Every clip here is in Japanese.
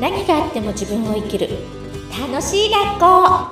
何があっても自分を生きる楽しい学校。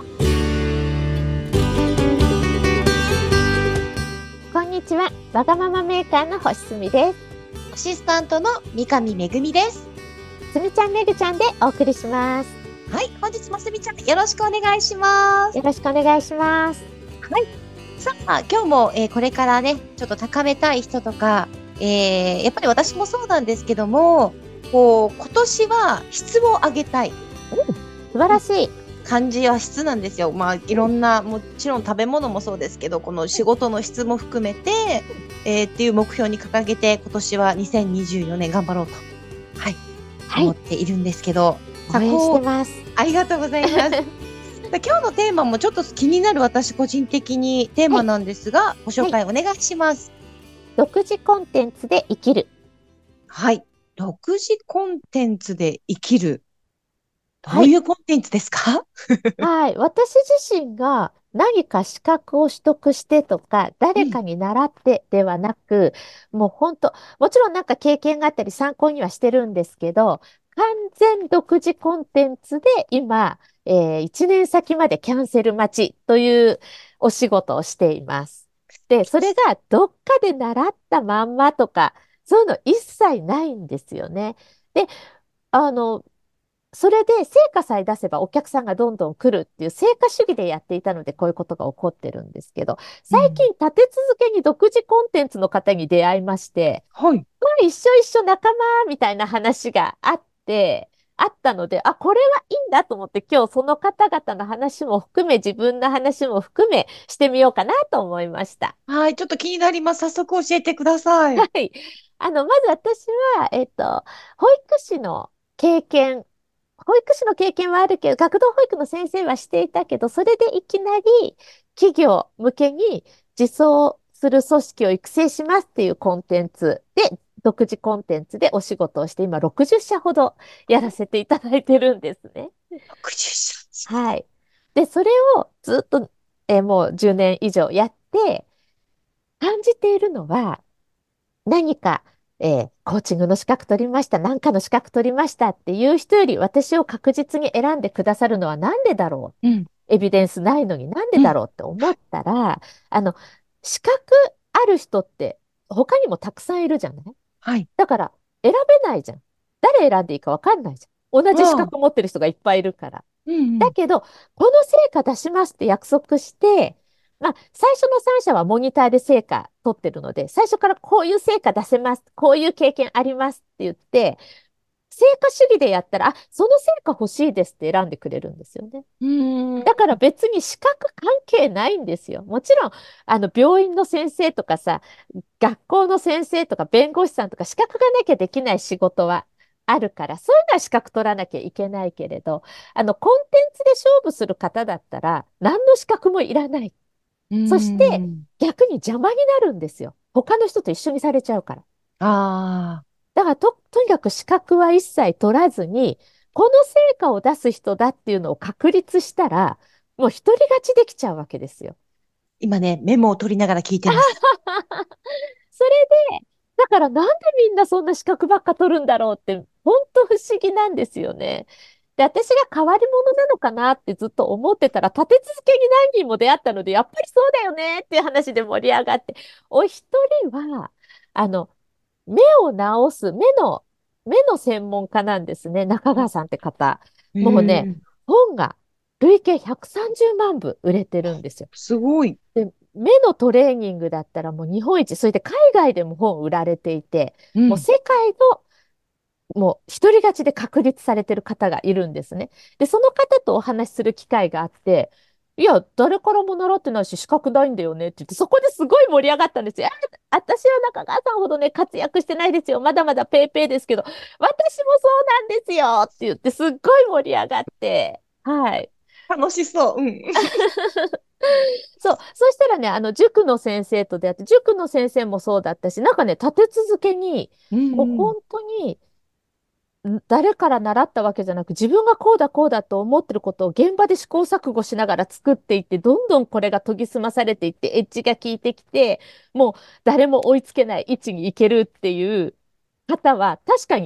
こんにちは、わがままメーカーの星住です。 アシスタントの三上めぐみです。 すみちゃんめぐちゃんでお送りします。 はい、本日もすみちゃんよろしくお願いします。 よろしくお願いします。 はい。さあ、今日も、これからね、ちょっと高めたい人とか、やっぱり私もそうなんですけども、今年は質を上げたい。 素晴らしい。 感じは質なんですよ。いろんな、もちろん食べ物もそうですけど、この仕事の質も含めて、っていう目標に掲げて、今年は2024年頑張ろうと、はい、思っているんですけど。 応援してます。 ありがとうございます。今日のテーマもちょっと気になる私個人的にテーマなんですが、ご紹介お願いします。 独自コンテンツで生きる。 はい。独自コンテンツで生きる。どういうコンテンツですか？ はい。私自身が何か資格を取得してとか、誰かに習ってではなく、もう本当、もちろんなんか経験があったり参考にはしてるんですけど、完全独自コンテンツで今、1年先までキャンセル待ちというお仕事をしています。で、それがどっかで習ったまんまとか、そういうの一切ないんですよね。で、あの、それで成果さえ出せばお客さんがどんどん来るっていう成果主義でやっていたのでこういうことが起こってるんですけど、最近立て続けに独自コンテンツの方に出会いまして、 はい。 まあ一緒一緒仲間みたいな話があったので、あ、これはいいんだと思って今日その方々の話も含め自分の話も含めしてみようかなと思いました。 はい。ちょっと気になります。早速教えてください。 はい。まず私は、保育士の経験、保育士の経験はあるけど、学童保育の先生はしていたけど、それでいきなり企業向けに自走する組織を育成しますっていうコンテンツで、独自コンテンツでお仕事をして、今60社ほどやらせていただいてるんですね。 60社。 はい。で、それをずっと、もう10年以上やって感じているのは、何か、コーチングの資格取りました、何かの資格取りましたっていう人より私を確実に選んでくださるのはなんでだろうん。 う。エビデンスないのになんでうん。 だろうって思ったら、あの、資格ある人って他にもたくさんいるじゃない。 はい。 だから選べないじゃん。誰選んでいいかわかんないじゃん。同じ資わあ。 格持ってる人がいっぱいいるから。 うんうん。 だけど、この成果出しますって約束して、まあ、最初の3社はモニターで成果取ってるので、最初からこういう成果出せます、こういう経験ありますって言って、成果主義でやったら、あ、その成果欲しいですって選んでくれるんですよね。 うーん。 だから別に資格関係ないんですよ。もちろん、病院の先生とかさ、学校の先生とか弁護士さんとか資格がなきゃできない仕事はあるから、そういうのは資格取らなきゃいけないけれど、コンテンツで勝負する方だったら、何の資格もいらない。 うーそしてん。 逆に邪魔になるんですよ。他の人と一緒にされちゃうから。 ああ。 だからとにかく資格は一切取らずに、この成果を出す人だっていうのを確立したら、もう独り勝ちできちゃうわけですよ。 今ね、メモを取りながら聞いてます。 それで、だからなんでみんなそんな資格ばっか取るんだろうって、本当不思議なんですよね。で、私が変わり者なのかなってずっと思ってたら、立て続けに何人も出会ったので、やっぱりそうだよねっていう話で盛り上がって、お一人は、あの、目を治す、目の専門家なんですね。中川さんって方。 へもうね、 え。 本が累計130万部売れてるんですよ。 すごい。 で、目のトレーニングだったらもう日本一、それで海外でも本売られていて、 うん。 もう世界のもう一人勝ちで確立されてる方がいるんですね。で、その方とお話しする機会があって、いや、誰からも習ってないし資格ないんだよねって言って、そこですごい盛り上がったんですよ。私は中川さんほどね、活躍してないですよ。まだまだペーペーですけど、私もそうなんですよって言って、すっごい盛り上がって、はい。 楽しそう。うん。 そう、そしたらね、塾の先生と出会って、塾の先生もそうだったし、なんかね、立て続けに、 うんうん。 もう本当に、誰から習ったわけじゃなく、自分がこうだこうだと思ってることを現場で試行錯誤しながら作っていって、どんどんこれが研ぎ澄まされていって、エッジが効いてきて、もう誰も追いつけない位置に行けるっていう方は、確かに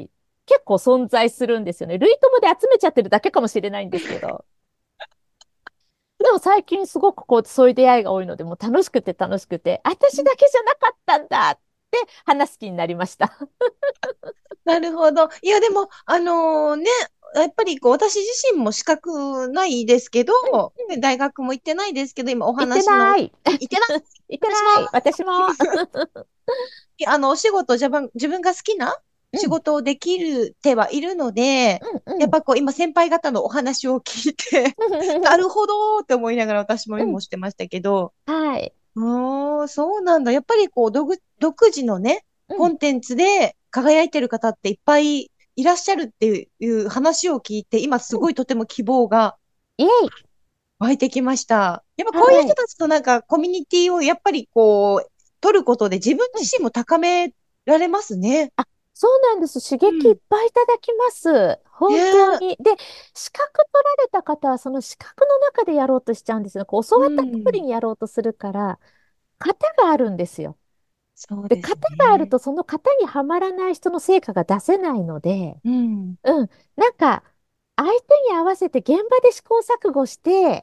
結構存在するんですよね。類友で集めちゃってるだけかもしれないんですけど。でも最近すごくこう、そういう出会いが多いので、もう楽しくて楽しくて、私だけじゃなかったんだって話す気になりました。 なるほど。いや、でも、やっぱりこう、私自身も資格ないですけど、 うんうん。 ね大学も行ってないですけど、今お言って話の、 ない。 行ってない。 言って私も、 ない。私も。 お仕事、自分が好きな仕うん。 事をできるてはいるので、 うんうん。 やっぱこう、今先輩方のお話を聞いて、なるほどって思いながら私もメうん。 モしてましたけど、 はい。 そうなんだ。やっぱりこう、独自のね、 うん。 コンテンツで輝いてる方っていっぱいいらっしゃるっていう話を聞いて、今すうん。 ごいとても希望がイェイ。 湧いてきました。やっぱこういうはい。 人たちとなんかコミュニティをやっぱりこう、取ることで自分うん。 自身も高められますね。 あ、そうなんです。刺うん。 激いっぱいいただきます。 ね本当え。 に。で、資格取られた方は、その資格の中でやろうとしちゃうんですよ。こう教うわった通りん。 にやろうとするから、型があるんですよ。で、 そうです型があるね。 と、その型にはまらない人の成果が出せないので、 うん。 うん。なんか、相手に合わせて現場で試行錯誤して、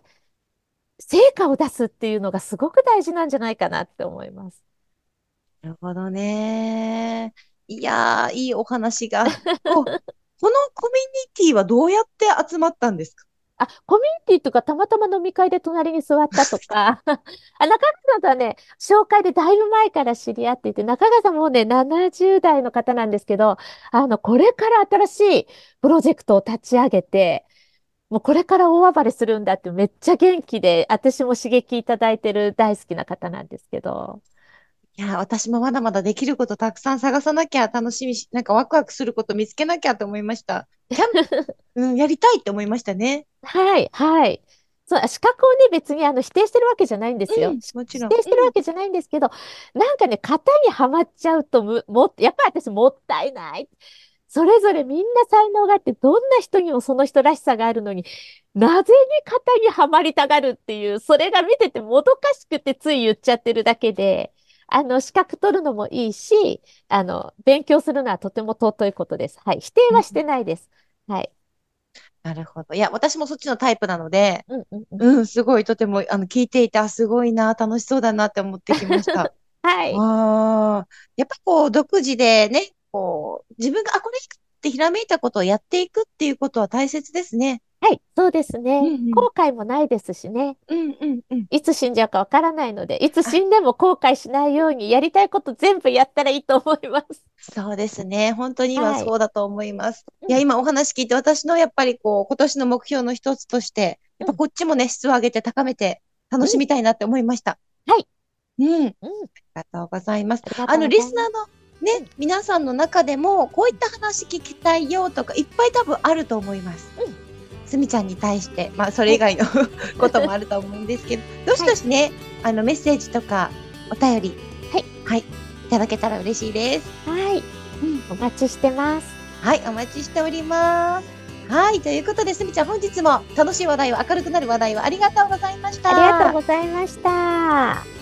成果を出すっていうのがすごく大事なんじゃないかなって思います。 なるほどね。いやー、いいお話が。このコミュニティはどうやって集まったんですか？ あ、コミュニティとかたまたま飲み会で隣に座ったとか、中川さんとはね、紹介でだいぶ前から知り合っていて、中川さんもうね、70代の方なんですけど、これから新しいプロジェクトを立ち上げて、もうこれから大暴れするんだってめっちゃ元気で、私も刺激いただいてる大好きな方なんですけど。 いやー、私もまだまだできることたくさん探さなきゃ、なんかワクワクすること見つけなきゃと思いました。キャンプ、うん、やりたいって思いましたね。 はい、はい。そう、資格をね、別に否定してるわけじゃないんですよ。 うん、もちろん。 否定してるわうん。 けじゃないんですけど、なんかね、型にはまっちゃうとやっぱり私もったいない。それぞれみんな才能があって、どんな人にもその人らしさがあるのに、なぜに型にはまりたがるっていう、それが見ててもどかしくてつい言っちゃってるだけで、資格取るのもいいし、勉強するのはとても尊いことです。はい。否定うん、 はしてないです。はい。 なるほど。いや、私もそっちのタイプなので、 うんうんうん。 うん、すごいとても、聞いていて、すごいな、楽しそうだなって思ってきました。 はい。 ああ、やっぱこう、独自でね、こう、自分が、これいいかってひらめいたことをやっていくっていうことは大切ですね。 はい、そうですね。 うんうん。 後悔もないですしね。 うんうんうん。 いつ死んじゃうかわからないので、いつあ、 死んでも後悔しないようにやりたいこと全部やったらいいと思います。 そうですね。本当に今はい。 そうだと思います。いや、 うん、 今お話聞いて、私のやっぱりこう、今年の目標の一つとして、やっぱうん、 こっちもね、質を上げて高めて楽しうん。 みたいなって思いました。 はい。 うん。ありうん。 がとうございます。 ありがとうごリざいます。 スナーのね、 うん、 皆さんの中でも、こういった話聞きたいよとか、いっぱい多分あると思います。 うん。 すみちゃんに対して、まあ、そはい。 れ以外のこともあると思うんですけど、どしはい。 どしね、メッセージとか、お便り、 はい。 はい、いただけたら嬉しいです。 はい。 うん。 お待ちしてます。 はい、お待ちしております。はい、ということで、すみちゃん、本日も楽しい話題を、明るくなる話題をありがとうございましありがとうた。 ございました。